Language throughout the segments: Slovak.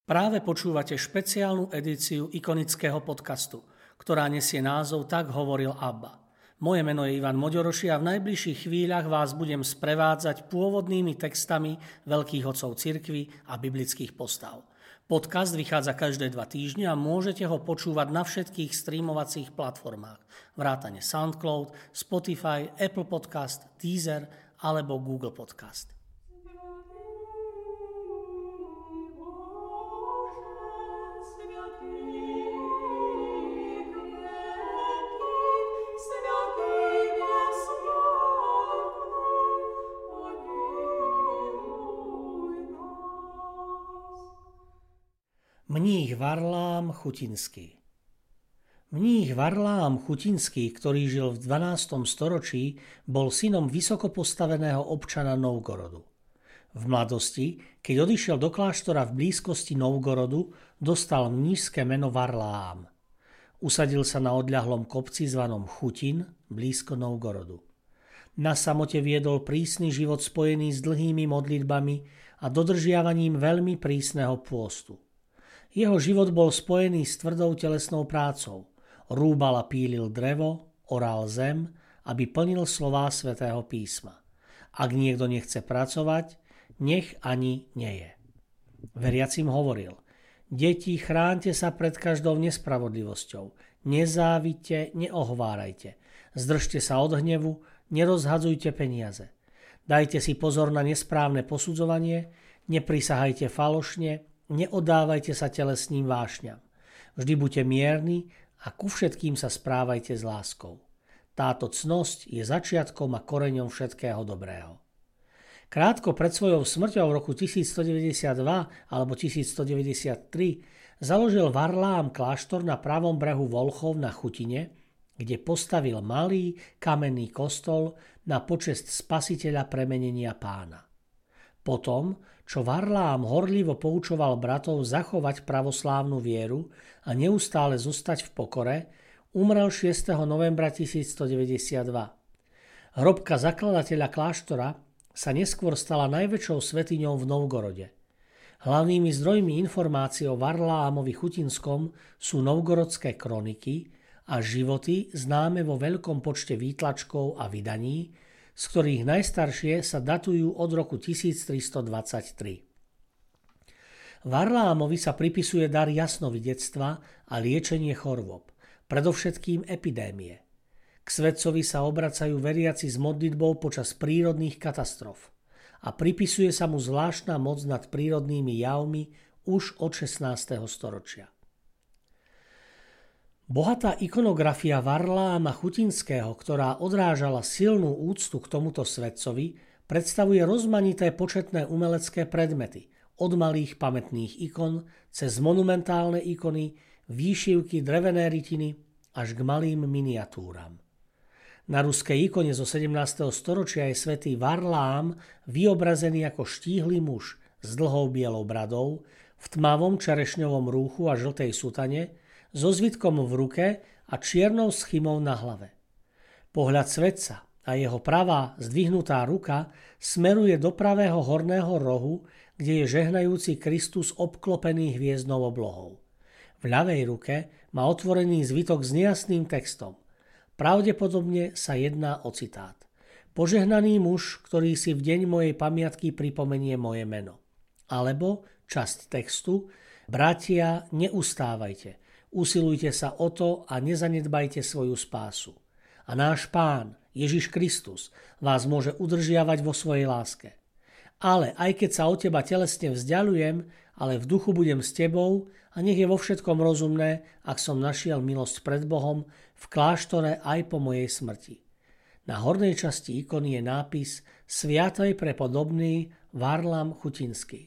Práve počúvate špeciálnu edíciu ikonického podcastu, ktorá nesie názov Tak hovoril Abba. Moje meno je Ivan Moďoroši a v najbližších chvíľach vás budem sprevádzať pôvodnými textami veľkých otcov cirkvi a biblických postav. Podcast vychádza každé 2 týždne a môžete ho počúvať na všetkých streamovacích platformách, vrátane SoundCloud, Spotify, Apple Podcast, Deezer alebo Google Podcast. Mních Varlám Chutinský. Mních Varlám Chutinský, ktorý žil v 12. storočí, bol synom vysoko postaveného občana Novgorodu. V mladosti, keď odišiel do kláštora v blízkosti Novgorodu, dostal mníšske meno Varlám. Usadil sa na odľahlom kopci zvanom Chutin, blízko Novgorodu. Na samote viedol prísny život spojený s dlhými modlitbami a dodržiavaním veľmi prísneho pôstu. Jeho život bol spojený s tvrdou telesnou prácou. Rúbal a pílil drevo, oral zem, aby plnil slová svätého písma. Ak niekto nechce pracovať, nech ani neje. Veriacim hovoril: deti, chránte sa pred každou nespravodlivosťou, nezávidte, neohovárajte, zdržte sa od hnevu, nerozhadzujte peniaze. Dajte si pozor na nesprávne posudzovanie, neprisahajte falošne, neoddávajte sa telesným vášňam. Vždy buďte mierni a ku všetkým sa správajte s láskou. Táto cnosť je začiatkom a koreňom všetkého dobrého. Krátko pred svojou smrťou v roku 1192 alebo 1193 založil Varlám kláštor na pravom brehu Volchov na Chutine, kde postavil malý kamenný kostol na počesť Spasiteľa premenenia Pána. Potom, čo Varlám horlivo poučoval bratov zachovať pravoslávnu vieru a neustále zostať v pokore, umrel 6. novembra 1192. Hrobka zakladateľa kláštora sa neskôr stala najväčšou svätyňou v Novgorode. Hlavnými zdrojmi informácií o Varlámovi Chutinskom sú novgorodské kroniky a životy známe vo veľkom počte výtlačkov a vydaní, z ktorých najstaršie sa datujú od roku 1323. Varlámovi sa pripisuje dar jasnovidectva a liečenie chorôb, predovšetkým epidémie. K svetcovi sa obracajú veriaci s modlitbou počas prírodných katastrof a pripisuje sa mu zvláštna moc nad prírodnými javmi už od 16. storočia. Bohatá ikonografia Varláma Chutinského, ktorá odrážala silnú úctu k tomuto svetcovi, predstavuje rozmanité početné umelecké predmety, od malých pamätných ikon cez monumentálne ikony, výšivky, drevené rytiny až k malým miniatúram. Na ruskej ikone zo 17. storočia je svätý Varlám vyobrazený ako štíhly muž s dlhou bielou bradou, v tmavom čerešňovom rúchu a žltej sutane, so zvitkom v ruke a čiernou schymou na hlave. Pohľad svetca a jeho pravá zdvihnutá ruka smeruje do pravého horného rohu, kde je žehnajúci Kristus obklopený hviezdnou oblohou. V ľavej ruke má otvorený zvitok s nejasným textom. Pravdepodobne sa jedná o citát: Požehnaný muž, ktorý si v deň mojej pamiatky pripomenie moje meno. Alebo časť textu: Bratia, neustávajte, usilujte sa o to a nezanedbajte svoju spásu. A náš Pán, Ježiš Kristus, vás môže udržiavať vo svojej láske. Ale aj keď sa od teba telesne vzdialujem, ale v duchu budem s tebou a nech je vo všetkom rozumné, ak som našiel milosť pred Bohom v kláštore aj po mojej smrti. Na hornej časti ikony je nápis Sviatej prepodobný Varlám Chutinský.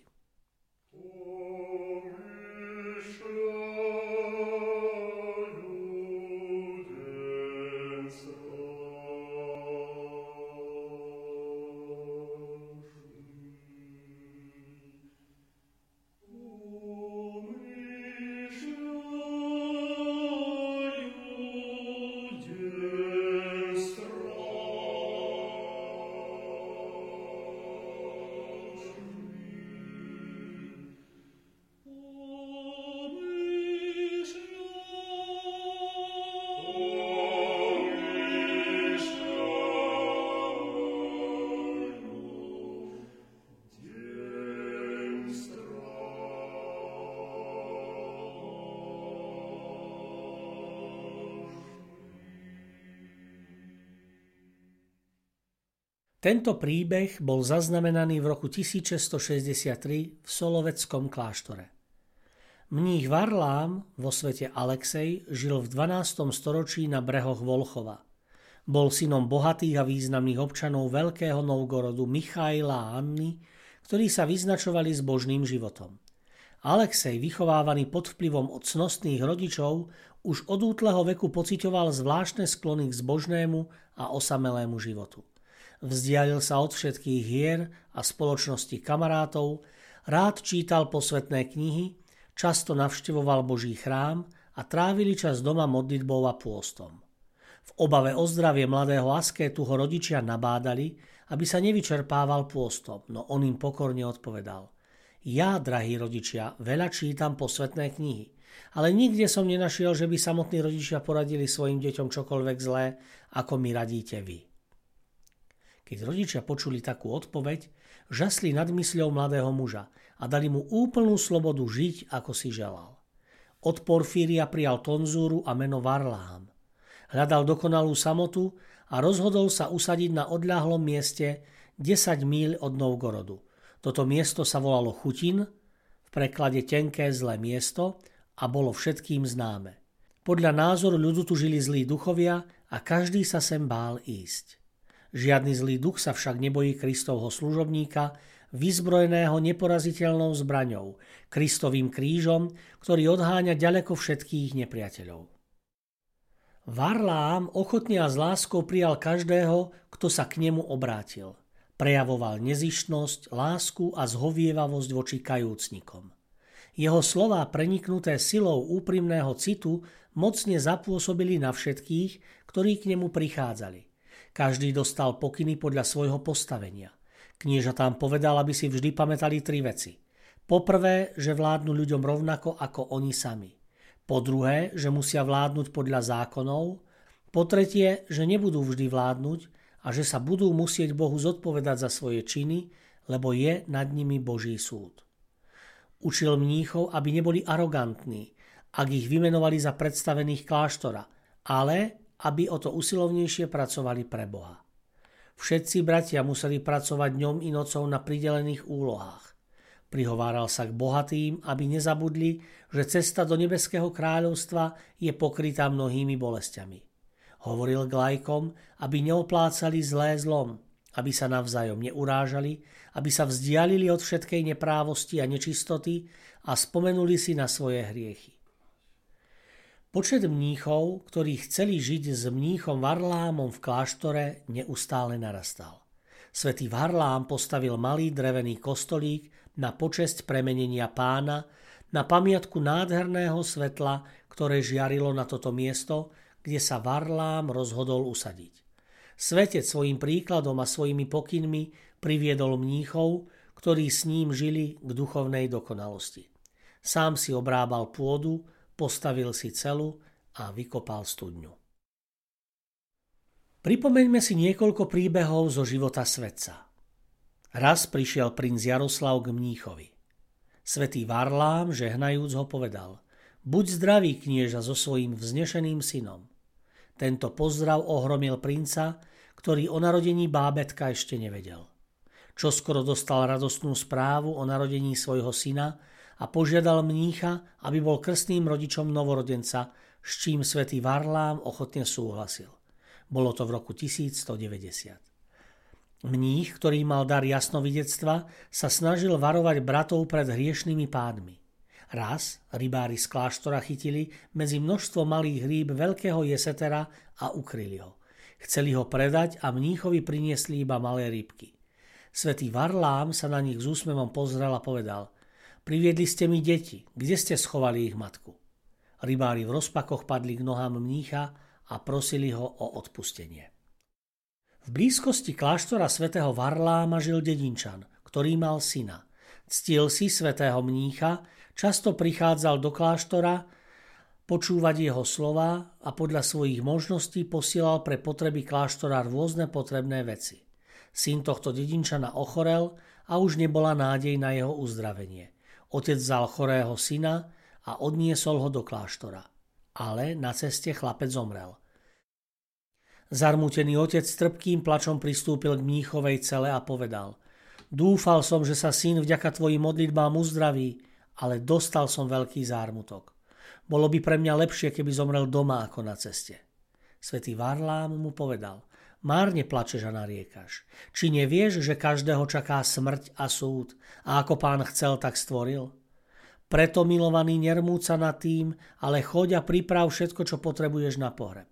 Tento príbeh bol zaznamenaný v roku 1663 v Solovetskom kláštore. Mních Varlám vo svete Alexej žil v 12. storočí na brehoch Volchova. Bol synom bohatých a významných občanov Veľkého Novgorodu Michaila a Anny, ktorí sa vyznačovali zbožným životom. Alexej, vychovávaný pod vplyvom od cnostných rodičov, už od útleho veku pociťoval zvláštne sklony k zbožnému a osamelému životu. Vzdialil sa od všetkých hier a spoločnosti kamarátov, rád čítal posvätné knihy, často navštevoval Boží chrám a trávili čas doma modlitbou a pôstom. V obave o zdravie mladého askétu ho rodičia nabádali, aby sa nevyčerpával pôstom, no on im pokorne odpovedal: Ja, drahí rodičia, veľa čítam posvätné knihy, ale nikde som nenašiel, že by samotní rodičia poradili svojim deťom čokoľvek zlé, ako mi radíte vy. Keď rodičia počuli takú odpoveď, žasli nad mysľou mladého muža a dali mu úplnú slobodu žiť, ako si želal. Od Porfíria prijal tonzúru a meno Varlám. Hľadal dokonalú samotu a rozhodol sa usadiť na odľahlom mieste 10 míľ od Novgorodu. Toto miesto sa volalo Chutin, v preklade tenké zlé miesto, a bolo všetkým známe. Podľa názoru ľudu tu žili zlí duchovia a každý sa sem bál ísť. Žiadny zlý duch sa však nebojí Kristovho služobníka, vyzbrojeného neporaziteľnou zbraňou, Kristovým krížom, ktorý odháňa ďaleko všetkých nepriateľov. Varlám ochotne a s láskou prijal každého, kto sa k nemu obrátil. Prejavoval nezištnosť, lásku a zhovievavosť voči kajúcnikom. Jeho slová, preniknuté silou úprimného citu, mocne zapôsobili na všetkých, ktorí k nemu prichádzali. Každý dostal pokyny podľa svojho postavenia. Knieža tam povedal, aby si vždy pamätali 3 veci. Poprvé, že vládnu ľuďom rovnako ako oni sami. Po druhé, že musia vládnuť podľa zákonov. Po tretie, že nebudú vždy vládnuť a že sa budú musieť Bohu zodpovedať za svoje činy, lebo je nad nimi Boží súd. Učil mníchov, aby neboli arogantní, ak ich vymenovali za predstavených kláštora, ale aby o to usilovnejšie pracovali pre Boha. Všetci bratia museli pracovať dňom i nocou na pridelených úlohách. Prihováral sa k bohatým, aby nezabudli, že cesta do nebeského kráľovstva je pokrytá mnohými bolestiami. Hovoril k laikom, aby neoplácali zlé zlom, aby sa navzájom neurážali, aby sa vzdialili od všetkej neprávosti a nečistoty a spomenuli si na svoje hriechy. Počet mníchov, ktorí chceli žiť s mníchom Varlámom v kláštore, neustále narastal. Svätý Varlám postavil malý drevený kostolík na počesť premenenia Pána, na pamiatku nádherného svetla, ktoré žiarilo na toto miesto, kde sa Varlám rozhodol usadiť. Svetec svojím príkladom a svojimi pokynmi priviedol mníchov, ktorí s ním žili k duchovnej dokonalosti. Sám si obrábal pôdu, postavil si celu a vykopal studňu. Pripomeňme si niekoľko príbehov zo života svetca. Raz prišiel princ Jaroslav k mníchovi. Svätý Varlám, žehnajúc, ho povedal: Buď zdravý, knieža, so svojím vznešeným synom. Tento pozdrav ohromil princa, ktorý o narodení bábätka ešte nevedel. Čoskoro dostal radostnú správu o narodení svojho syna a požiadal mnícha, aby bol krstným rodičom novorodenca, s čím svätý Varlám ochotne súhlasil. Bolo to v roku 1190. Mních, ktorý mal dar jasnovidectva, sa snažil varovať bratov pred hriešnými pádmi. Raz rybári z kláštora chytili medzi množstvo malých rýb veľkého jesetera a ukryli ho. Chceli ho predať a mníchovi priniesli iba malé rybky. Svätý Varlám sa na nich s úsmevom pozrel a povedal: Priviedli ste mi deti, kde ste schovali ich matku? Rybári v rozpakoch padli k nohám mnícha a prosili ho o odpustenie. V blízkosti kláštora svätého Varláma žil dedinčan, ktorý mal syna. Ctil si svätého mnícha, často prichádzal do kláštora počúvať jeho slová a podľa svojich možností posielal pre potreby kláštora rôzne potrebné veci. Syn tohto dedinčana ochorel a už nebola nádej na jeho uzdravenie. Otec vzal chorého syna a odniesol ho do kláštora. Ale na ceste chlapec zomrel. Zarmútený otec s trpkým plačom pristúpil k mníchovej cele a povedal: Dúfal som, že sa syn vďaka tvojim modlitbám uzdraví, ale dostal som veľký zármutok. Bolo by pre mňa lepšie, keby zomrel doma ako na ceste. Svätý Varlám mu povedal: Márne plačeš a nariekaš. Či nevieš, že každého čaká smrť a súd, a ako Pán chcel, tak stvoril? Preto, milovaný, nermúť sa nad tým, ale choď a priprav všetko, čo potrebuješ na pohreb.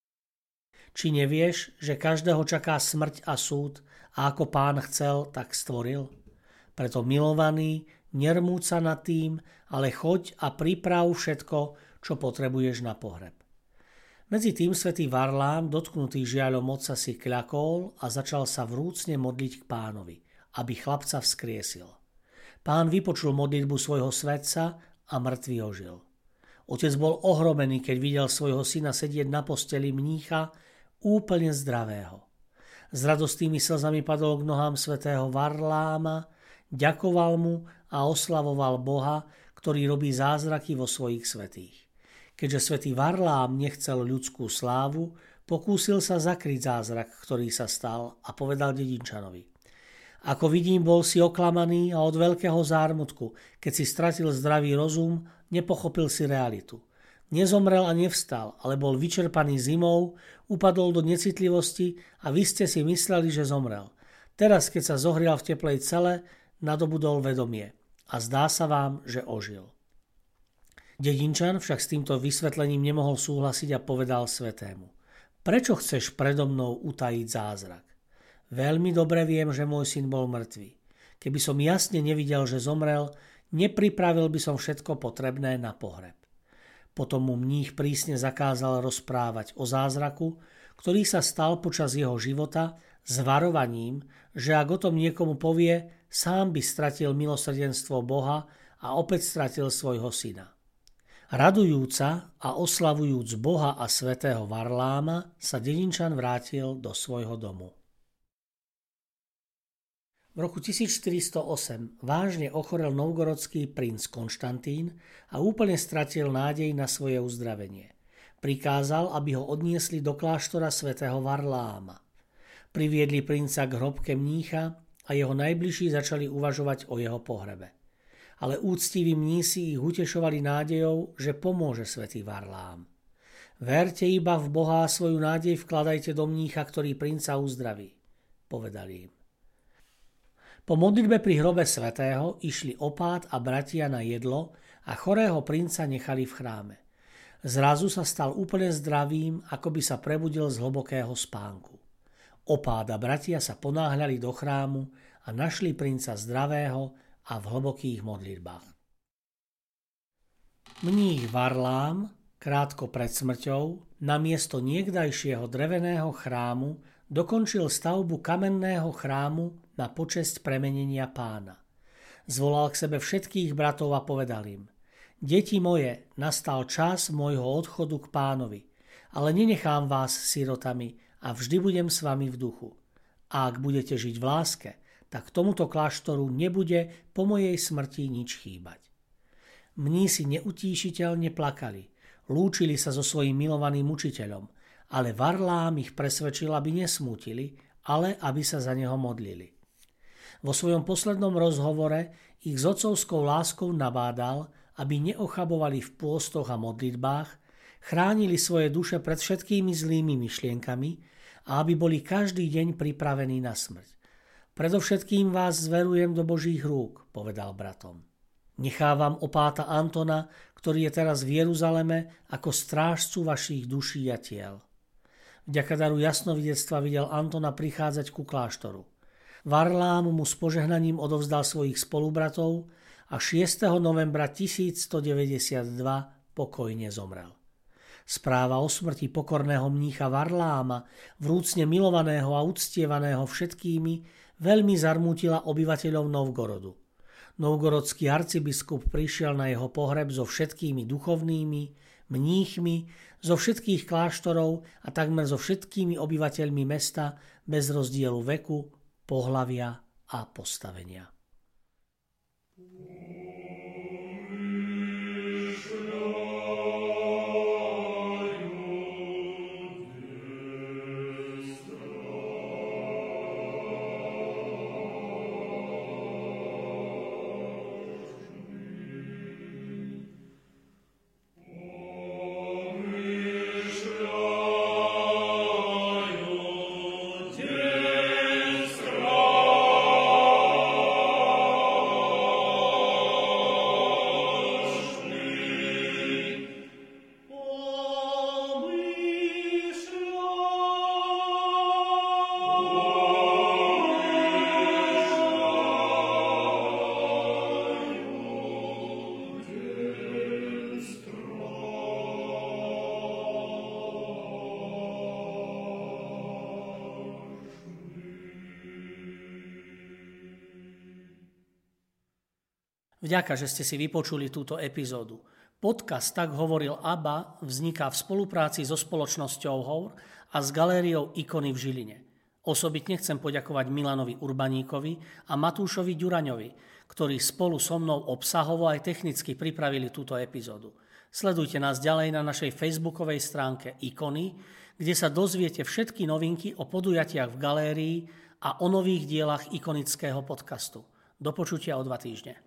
Či nevieš, že každého čaká smrť a súd, a ako Pán chcel, tak stvoril? Preto, milovaný, nermúť sa nad tým, ale choď a priprav všetko, čo potrebuješ na pohreb. Medzi tým svätý Varlám, dotknutý žiaľom otca, si kľakol a začal sa vrúcne modliť k Pánovi, aby chlapca vzkriesil. Pán vypočul modlitbu svojho svätca a mŕtvy ožil. Otec bol ohromený, keď videl svojho syna sedieť na posteli mnícha, úplne zdravého. S radostnými slzami padol k nohám svätého Varláma, ďakoval mu a oslavoval Boha, ktorý robí zázraky vo svojich svätých. Keďže svätý Varlám nechcel ľudskú slávu, pokúsil sa zakryť zázrak, ktorý sa stal, a povedal dedinčanovi: Ako vidím, bol si oklamaný a od veľkého zármutku, keď si stratil zdravý rozum, nepochopil si realitu. Nezomrel a nevstal, ale bol vyčerpaný zimou, upadol do necitlivosti a vy ste si mysleli, že zomrel. Teraz, keď sa zohrial v teplej cele, nadobudol vedomie a zdá sa vám, že ožil. Dedinčan však s týmto vysvetlením nemohol súhlasiť a povedal svätému: Prečo chceš predo mnou utajiť zázrak? Veľmi dobre viem, že môj syn bol mŕtvý. Keby som jasne nevidel, že zomrel, nepripravil by som všetko potrebné na pohreb. Potom mu mních prísne zakázal rozprávať o zázraku, ktorý sa stal počas jeho života, s varovaním, že ak o tom niekomu povie, sám by stratil milosrdenstvo Boha a opäť stratil svojho syna. Radujúca a oslavujúc Boha a svätého Varláma sa dedinčan vrátil do svojho domu. V roku 1408 vážne ochorel novgorodský princ Konštantín a úplne stratil nádej na svoje uzdravenie. Prikázal, aby ho odniesli do kláštora svätého Varláma. Priviedli princa k hrobke mnícha a jeho najbližší začali uvažovať o jeho pohrebe. Ale úctiví mnísi ich utešovali nádejou, že pomôže svätý Varlám. Verte iba v Boha a svoju nádej vkladajte do mnícha, ktorý princa uzdraví, povedali im. Po modlitbe pri hrobe svätého išli opát a bratia na jedlo a chorého princa nechali v chráme. Zrazu sa stal úplne zdravým, ako by sa prebudil z hlbokého spánku. Opát a bratia sa ponáhľali do chrámu a našli princa zdravého a v hlbokých modlitbách. Mních Varlám krátko pred smrťou namiesto niekdajšieho dreveného chrámu dokončil stavbu kamenného chrámu na počesť premenenia Pána. Zvolal k sebe všetkých bratov a povedal im: Deti moje, nastal čas môjho odchodu k Pánovi, ale nenechám vás sirotami a vždy budem s vami v duchu. A ak budete žiť v láske, tak tomuto kláštoru nebude po mojej smrti nič chýbať. Mnísi neutíšiteľne plakali, lúčili sa so svojím milovaným učiteľom, ale Varlám ich presvedčil, aby nesmútili, ale aby sa za neho modlili. Vo svojom poslednom rozhovore ich s otcovskou láskou nabádal, aby neochabovali v pôstoch a modlitbách, chránili svoje duše pred všetkými zlými myšlienkami a aby boli každý deň pripravení na smrť. Predovšetkým vás zverujem do Božích rúk, povedal bratom. Nechávam opáta Antona, ktorý je teraz v Jeruzaleme, ako strážcu vašich duší a tiel. Vďaka daru jasnovidectva videl Antona prichádzať ku kláštoru. Varlám mu s požehnaním odovzdal svojich spolubratov a 6. novembra 1192 pokojne zomrel. Správa o smrti pokorného mnícha Varláma, vrúcne milovaného a uctievaného všetkými, veľmi zarmútila obyvateľov Novgorodu. Novgorodský arcibiskup prišiel na jeho pohreb so všetkými duchovnými, mníchmi, zo všetkých kláštorov a takmer so všetkými obyvateľmi mesta bez rozdielu veku, pohlavia a postavenia. Vďaka, že ste si vypočuli túto epizódu. Podcast Tak hovoril Abba vzniká v spolupráci so spoločnosťou Hour a s galériou Ikony v Žiline. Osobitne chcem poďakovať Milanovi Urbaníkovi a Matúšovi Ďuraňovi, ktorí spolu so mnou obsahovo aj technicky pripravili túto epizódu. Sledujte nás ďalej na našej facebookovej stránke Ikony, kde sa dozviete všetky novinky o podujatiach v galérii a o nových dielach ikonického podcastu. Do počutia o 2 týždne.